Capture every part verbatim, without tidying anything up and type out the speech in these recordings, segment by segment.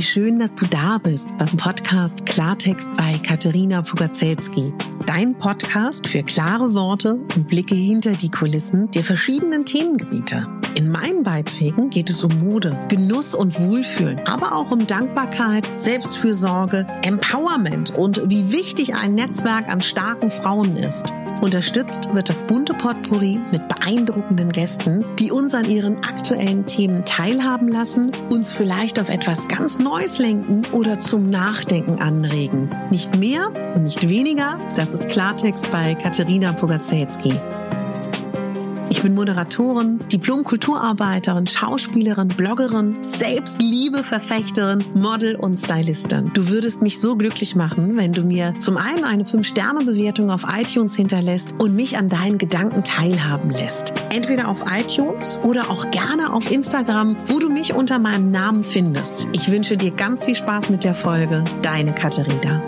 Wie schön, dass du da bist beim Podcast Klartext bei Katerina Pugacelski. Dein Podcast für klare Worte und Blicke hinter die Kulissen der verschiedenen Themengebiete. In meinen Beiträgen geht es um Mode, Genuss und Wohlfühlen, aber auch um Dankbarkeit, Selbstfürsorge, Empowerment und wie wichtig ein Netzwerk an starken Frauen ist. Unterstützt wird das bunte Potpourri mit beeindruckenden Gästen, die uns an ihren aktuellen Themen teilhaben lassen, uns vielleicht auf etwas ganz Neues lenken oder zum Nachdenken anregen. Nicht mehr und nicht weniger, das ist Klartext bei Katerina Pugacelski. Ich bin Moderatorin, Diplom-Kulturarbeiterin, Schauspielerin, Bloggerin, Selbstliebe-Verfechterin, Model und Stylistin. Du würdest mich so glücklich machen, wenn du mir zum einen eine fünf Sterne Bewertung auf iTunes hinterlässt und mich an deinen Gedanken teilhaben lässt. Entweder auf iTunes oder auch gerne auf Instagram, wo du mich unter meinem Namen findest. Ich wünsche dir ganz viel Spaß mit der Folge. Deine Katerina.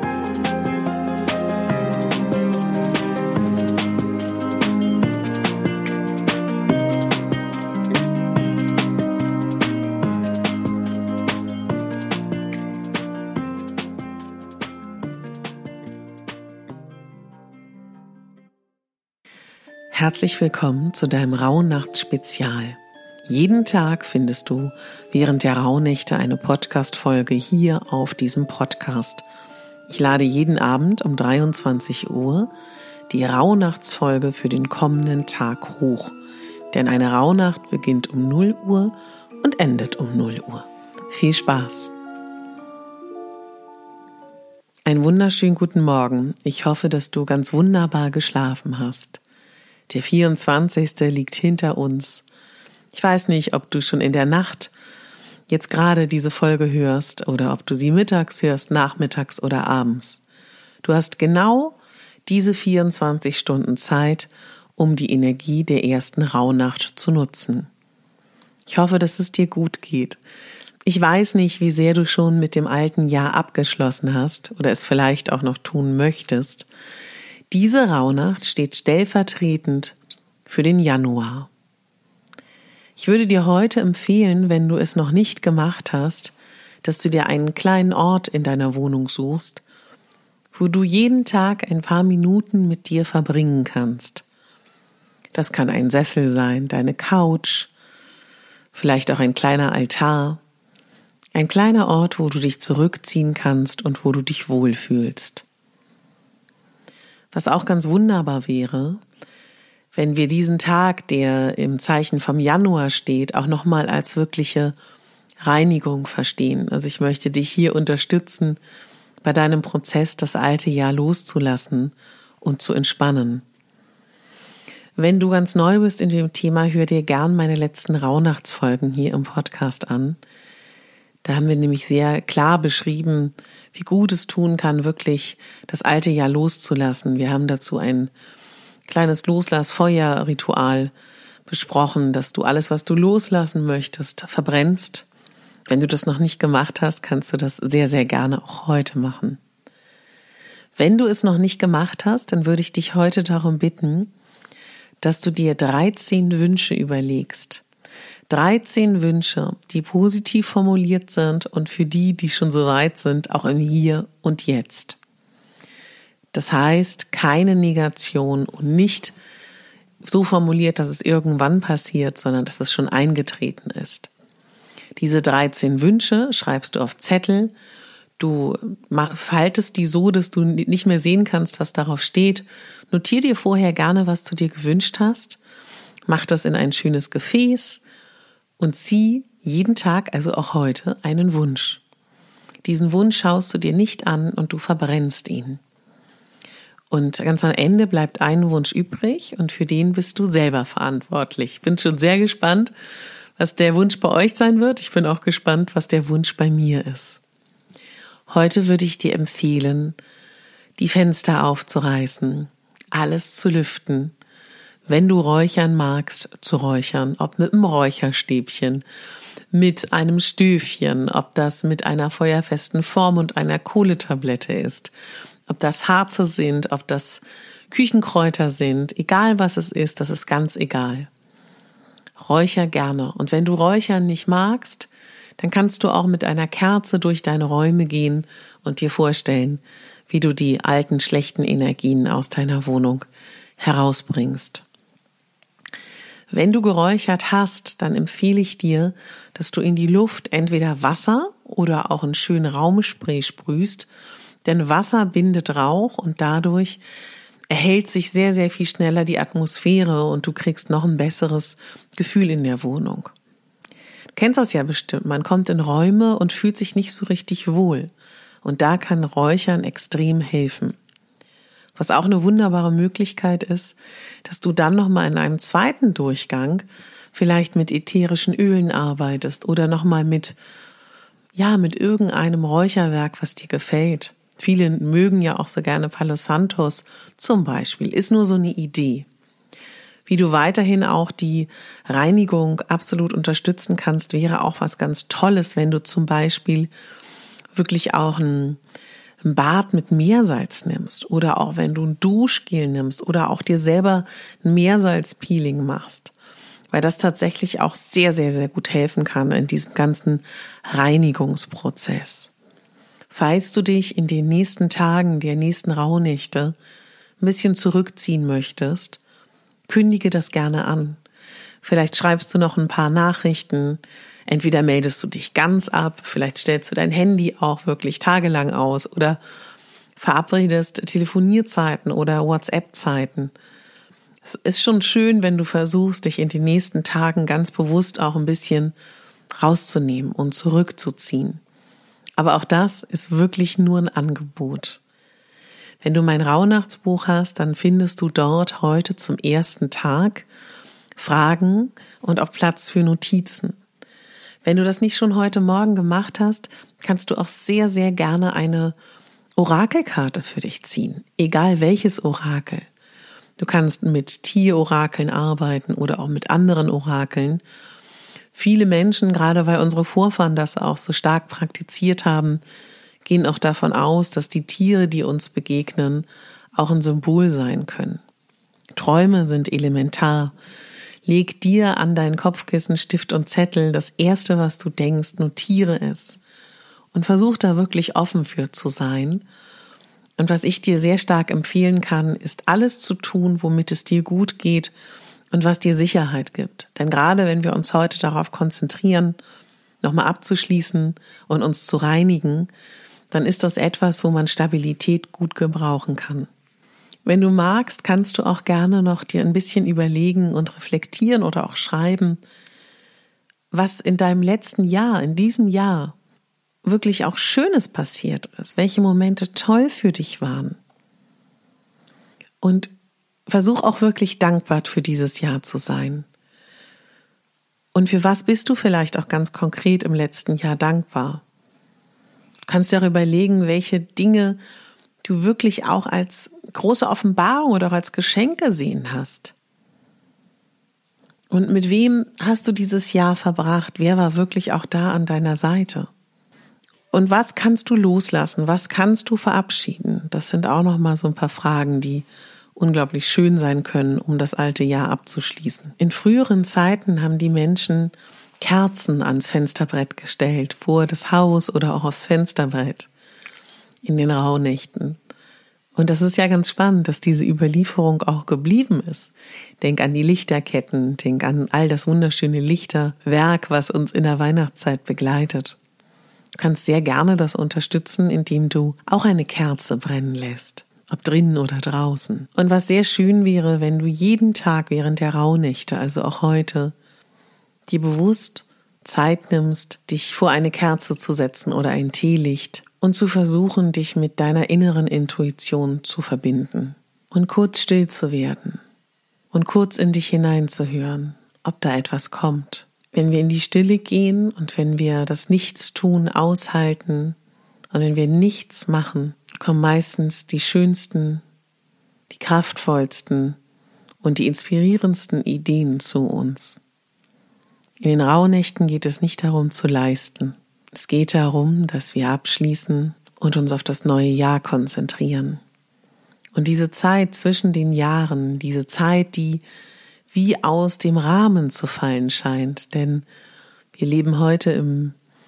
Herzlich willkommen zu deinem Rauhnachts-Spezial. Jeden Tag findest du während der Rauhnächte eine Podcast-Folge hier auf diesem Podcast. Ich lade jeden Abend um dreiundzwanzig Uhr die Rauhnachtsfolge für den kommenden Tag hoch. Denn eine Rauhnacht beginnt um null Uhr und endet um null Uhr. Viel Spaß! Einen wunderschönen guten Morgen. Ich hoffe, dass du ganz wunderbar geschlafen hast. Der vierundzwanzigste liegt hinter uns. Ich weiß nicht, ob du schon in der Nacht jetzt gerade diese Folge hörst oder ob du sie mittags hörst, nachmittags oder abends. Du hast genau diese vierundzwanzig Stunden Zeit, um die Energie der ersten Rauhnacht zu nutzen. Ich hoffe, dass es dir gut geht. Ich weiß nicht, wie sehr du schon mit dem alten Jahr abgeschlossen hast oder es vielleicht auch noch tun möchtest. Diese Rauhnacht steht stellvertretend für den Januar. Ich würde dir heute empfehlen, wenn du es noch nicht gemacht hast, dass du dir einen kleinen Ort in deiner Wohnung suchst, wo du jeden Tag ein paar Minuten mit dir verbringen kannst. Das kann ein Sessel sein, deine Couch, vielleicht auch ein kleiner Altar, ein kleiner Ort, wo du dich zurückziehen kannst und wo du dich wohlfühlst. Was auch ganz wunderbar wäre, wenn wir diesen Tag, der im Zeichen vom Januar steht, auch nochmal als wirkliche Reinigung verstehen. Also ich möchte dich hier unterstützen, bei deinem Prozess das alte Jahr loszulassen und zu entspannen. Wenn du ganz neu bist in dem Thema, hör dir gern meine letzten Rauhnachtsfolgen hier im Podcast an. Da haben wir nämlich sehr klar beschrieben, wie gut es tun kann, wirklich das alte Jahr loszulassen. Wir haben dazu ein kleines Loslass-Feuer-Ritual besprochen, dass du alles, was du loslassen möchtest, verbrennst. Wenn du das noch nicht gemacht hast, kannst du das sehr, sehr gerne auch heute machen. Wenn du es noch nicht gemacht hast, dann würde ich dich heute darum bitten, dass du dir dreizehn Wünsche überlegst. dreizehn Wünsche, die positiv formuliert sind und für die, die schon so weit sind, auch im Hier und Jetzt. Das heißt, keine Negation und nicht so formuliert, dass es irgendwann passiert, sondern dass es schon eingetreten ist. Diese dreizehn Wünsche schreibst du auf Zettel, du faltest die so, dass du nicht mehr sehen kannst, was darauf steht. Notier dir vorher gerne, was du dir gewünscht hast, mach das in ein schönes Gefäß, und zieh jeden Tag, also auch heute, einen Wunsch. Diesen Wunsch schaust du dir nicht an und du verbrennst ihn. Und ganz am Ende bleibt ein Wunsch übrig und für den bist du selber verantwortlich. Ich bin schon sehr gespannt, was der Wunsch bei euch sein wird. Ich bin auch gespannt, was der Wunsch bei mir ist. Heute würde ich dir empfehlen, die Fenster aufzureißen, alles zu lüften. Wenn du räuchern magst, zu räuchern, ob mit einem Räucherstäbchen, mit einem Stöfchen, ob das mit einer feuerfesten Form und einer Kohletablette ist, ob das Harze sind, ob das Küchenkräuter sind, egal was es ist, das ist ganz egal. Räucher gerne. Und wenn du Räuchern nicht magst, dann kannst du auch mit einer Kerze durch deine Räume gehen und dir vorstellen, wie du die alten, schlechten Energien aus deiner Wohnung herausbringst. Wenn du geräuchert hast, dann empfehle ich dir, dass du in die Luft entweder Wasser oder auch einen schönen Raumspray sprühst, denn Wasser bindet Rauch und dadurch erhält sich sehr, sehr viel schneller die Atmosphäre und du kriegst noch ein besseres Gefühl in der Wohnung. Du kennst das ja bestimmt, man kommt in Räume und fühlt sich nicht so richtig wohl und da kann Räuchern extrem helfen. Was auch eine wunderbare Möglichkeit ist, dass du dann nochmal in einem zweiten Durchgang vielleicht mit ätherischen Ölen arbeitest oder nochmal mit, ja, mit irgendeinem Räucherwerk, was dir gefällt. Viele mögen ja auch so gerne Palo Santos zum Beispiel, ist nur so eine Idee. Wie du weiterhin auch die Reinigung absolut unterstützen kannst, wäre auch was ganz Tolles, wenn du zum Beispiel wirklich auch ein ein Bad mit Meersalz nimmst oder auch wenn du ein Duschgel nimmst oder auch dir selber ein Meersalzpeeling machst, weil das tatsächlich auch sehr, sehr, sehr gut helfen kann in diesem ganzen Reinigungsprozess. Falls du dich in den nächsten Tagen der nächsten Rauhnächte ein bisschen zurückziehen möchtest, kündige das gerne an. Vielleicht schreibst du noch ein paar Nachrichten. Entweder meldest du dich ganz ab, vielleicht stellst du dein Handy auch wirklich tagelang aus oder verabredest Telefonierzeiten oder WhatsApp-Zeiten. Es ist schon schön, wenn du versuchst, dich in den nächsten Tagen ganz bewusst auch ein bisschen rauszunehmen und zurückzuziehen. Aber auch das ist wirklich nur ein Angebot. Wenn du mein Rauhnachtsbuch hast, dann findest du dort heute zum ersten Tag Fragen und auch Platz für Notizen. Wenn du das nicht schon heute Morgen gemacht hast, kannst du auch sehr, sehr gerne eine Orakelkarte für dich ziehen, egal welches Orakel. Du kannst mit Tierorakeln arbeiten oder auch mit anderen Orakeln. Viele Menschen, gerade weil unsere Vorfahren das auch so stark praktiziert haben, gehen auch davon aus, dass die Tiere, die uns begegnen, auch ein Symbol sein können. Träume sind elementar. Leg dir an dein Kopfkissen Stift und Zettel, das Erste, was du denkst, notiere es und versuch da wirklich offen für zu sein. Und was ich dir sehr stark empfehlen kann, ist alles zu tun, womit es dir gut geht und was dir Sicherheit gibt. Denn gerade wenn wir uns heute darauf konzentrieren, nochmal abzuschließen und uns zu reinigen, dann ist das etwas, wo man Stabilität gut gebrauchen kann. Wenn du magst, kannst du auch gerne noch dir ein bisschen überlegen und reflektieren oder auch schreiben, was in deinem letzten Jahr, in diesem Jahr wirklich auch Schönes passiert ist, welche Momente toll für dich waren. Und versuch auch wirklich dankbar für dieses Jahr zu sein. Und für was bist du vielleicht auch ganz konkret im letzten Jahr dankbar? Du kannst dir auch überlegen, welche Dinge du wirklich auch als große Offenbarung oder auch als Geschenk gesehen hast. Und mit wem hast du dieses Jahr verbracht? Wer war wirklich auch da an deiner Seite? Und was kannst du loslassen? Was kannst du verabschieden? Das sind auch noch mal so ein paar Fragen, die unglaublich schön sein können, um das alte Jahr abzuschließen. In früheren Zeiten haben die Menschen Kerzen ans Fensterbrett gestellt, vor das Haus oder auch aufs Fensterbrett in den Rauhnächten. Und das ist ja ganz spannend, dass diese Überlieferung auch geblieben ist. Denk an die Lichterketten, denk an all das wunderschöne Lichterwerk, was uns in der Weihnachtszeit begleitet. Du kannst sehr gerne das unterstützen, indem du auch eine Kerze brennen lässt, ob drinnen oder draußen. Und was sehr schön wäre, wenn du jeden Tag während der Rauhnächte, also auch heute, dir bewusst Zeit nimmst, dich vor eine Kerze zu setzen oder ein Teelicht und zu versuchen, dich mit deiner inneren Intuition zu verbinden und kurz still zu werden und kurz in dich hineinzuhören, ob da etwas kommt. Wenn wir in die Stille gehen und wenn wir das Nichtstun aushalten und wenn wir nichts machen, kommen meistens die schönsten, die kraftvollsten und die inspirierendsten Ideen zu uns. In den Rauhnächten geht es nicht darum zu leisten. Es geht darum, dass wir abschließen und uns auf das neue Jahr konzentrieren. Und diese Zeit zwischen den Jahren, diese Zeit, die wie aus dem Rahmen zu fallen scheint, denn wir leben heute im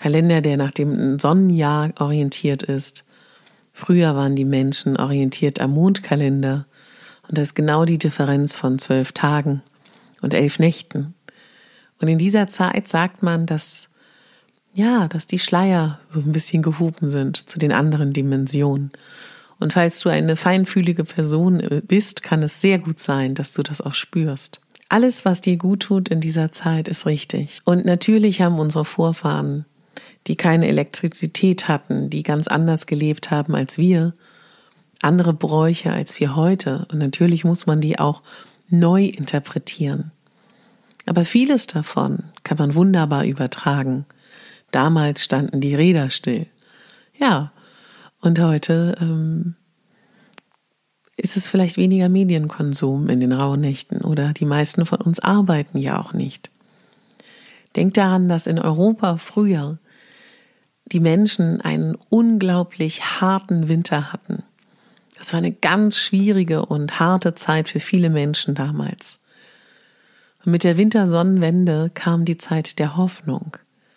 Kalender, der nach dem Sonnenjahr orientiert ist. Früher waren die Menschen orientiert am Mondkalender. Und das ist genau die Differenz von zwölf Tagen und elf Nächten. Und in dieser Zeit sagt man, dass, ja, dass die Schleier so ein bisschen gehoben sind zu den anderen Dimensionen. Und falls du eine feinfühlige Person bist, kann es sehr gut sein, dass du das auch spürst. Alles, was dir gut tut in dieser Zeit, ist richtig. Und natürlich haben unsere Vorfahren, die keine Elektrizität hatten, die ganz anders gelebt haben als wir, andere Bräuche als wir heute. Und natürlich muss man die auch neu interpretieren. Aber vieles davon kann man wunderbar übertragen. Damals standen die Räder still. Ja, und heute ähm, ist es vielleicht weniger Medienkonsum in den Rauhnächten oder die meisten von uns arbeiten ja auch nicht. Denk daran, dass in Europa früher die Menschen einen unglaublich harten Winter hatten. Das war eine ganz schwierige und harte Zeit für viele Menschen damals. Und mit der Wintersonnenwende kam die Zeit der Hoffnung.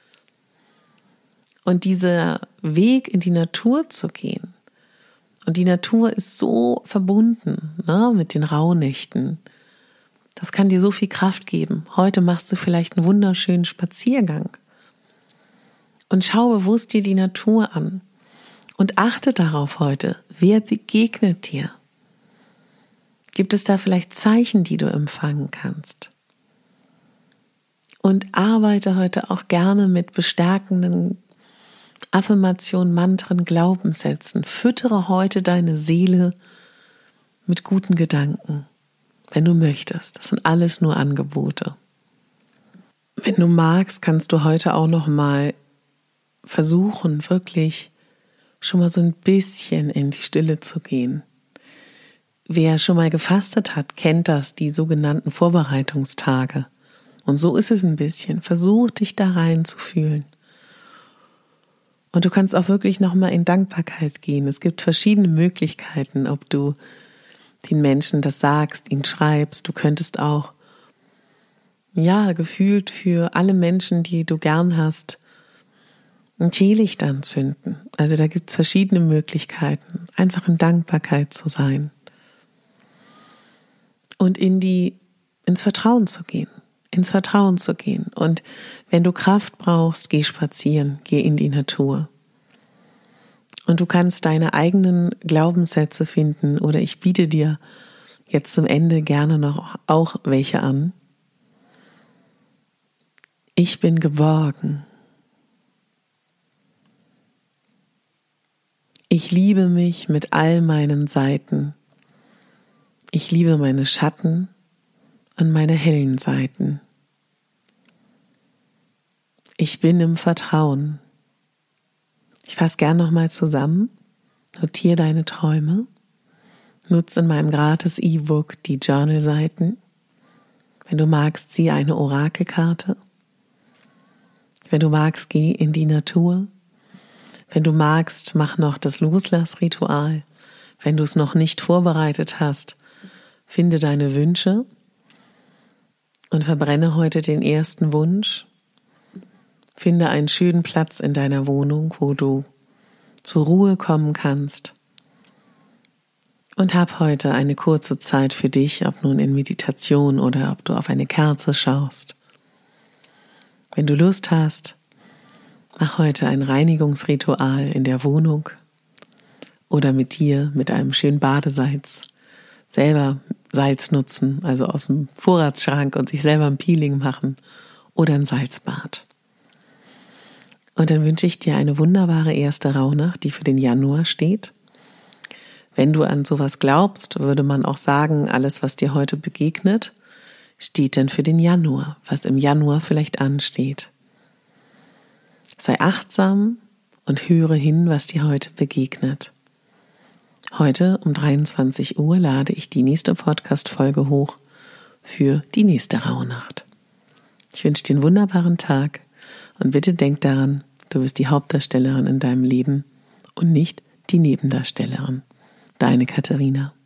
Und dieser Weg in die Natur zu gehen, und die Natur ist so verbunden, ne, mit den Rauhnächten, das kann dir so viel Kraft geben. Heute machst du vielleicht einen wunderschönen Spaziergang und schau bewusst dir die Natur an und achte darauf heute, wer begegnet dir? Gibt es da vielleicht Zeichen, die du empfangen kannst? Und arbeite heute auch gerne mit bestärkenden Affirmationen, Mantren, Glaubenssätzen. Füttere heute deine Seele mit guten Gedanken, wenn du möchtest. Das sind alles nur Angebote. Wenn du magst, kannst du heute auch noch mal versuchen, wirklich schon mal so ein bisschen in die Stille zu gehen. Wer schon mal gefastet hat, kennt das, die sogenannten Vorbereitungstage. Und so ist es ein bisschen. Versuch dich da rein zu fühlen. Und du kannst auch wirklich nochmal in Dankbarkeit gehen. Es gibt verschiedene Möglichkeiten, ob du den Menschen das sagst, ihnen schreibst. Du könntest auch, ja, gefühlt für alle Menschen, die du gern hast, ein Teelicht anzünden. Also da gibt es verschiedene Möglichkeiten, einfach in Dankbarkeit zu sein. Und in die, ins Vertrauen zu gehen. ins Vertrauen zu gehen. Und wenn du Kraft brauchst, geh spazieren, geh in die Natur. Und du kannst deine eigenen Glaubenssätze finden oder ich biete dir jetzt zum Ende gerne noch auch welche an. Ich bin geborgen. Ich liebe mich mit all meinen Seiten. Ich liebe meine Schatten und meine hellen Seiten. Ich bin im Vertrauen. Ich fasse gern nochmal zusammen. Notiere deine Träume. Nutze in meinem gratis E-Book die Journal-Seiten. Wenn du magst, zieh eine Orakelkarte. Wenn du magst, geh in die Natur. Wenn du magst, mach noch das Loslassritual. Wenn du es noch nicht vorbereitet hast, finde deine Wünsche und verbrenne heute den ersten Wunsch. Finde einen schönen Platz in deiner Wohnung, wo du zur Ruhe kommen kannst. Und hab heute eine kurze Zeit für dich, ob nun in Meditation oder ob du auf eine Kerze schaust. Wenn du Lust hast, mach heute ein Reinigungsritual in der Wohnung oder mit dir, mit einem schönen Badesalz. Selber Salz nutzen, also aus dem Vorratsschrank und sich selber ein Peeling machen oder ein Salzbad. Und dann wünsche ich dir eine wunderbare erste Rauhnacht, die für den Januar steht. Wenn du an sowas glaubst, würde man auch sagen, alles, was dir heute begegnet, steht dann für den Januar, was im Januar vielleicht ansteht. Sei achtsam und höre hin, was dir heute begegnet. Heute um dreiundzwanzig Uhr lade ich die nächste Podcast-Folge hoch für die nächste Rauhnacht. Ich wünsche dir einen wunderbaren Tag und bitte denk daran, du bist die Hauptdarstellerin in deinem Leben und nicht die Nebendarstellerin. Deine Katharina.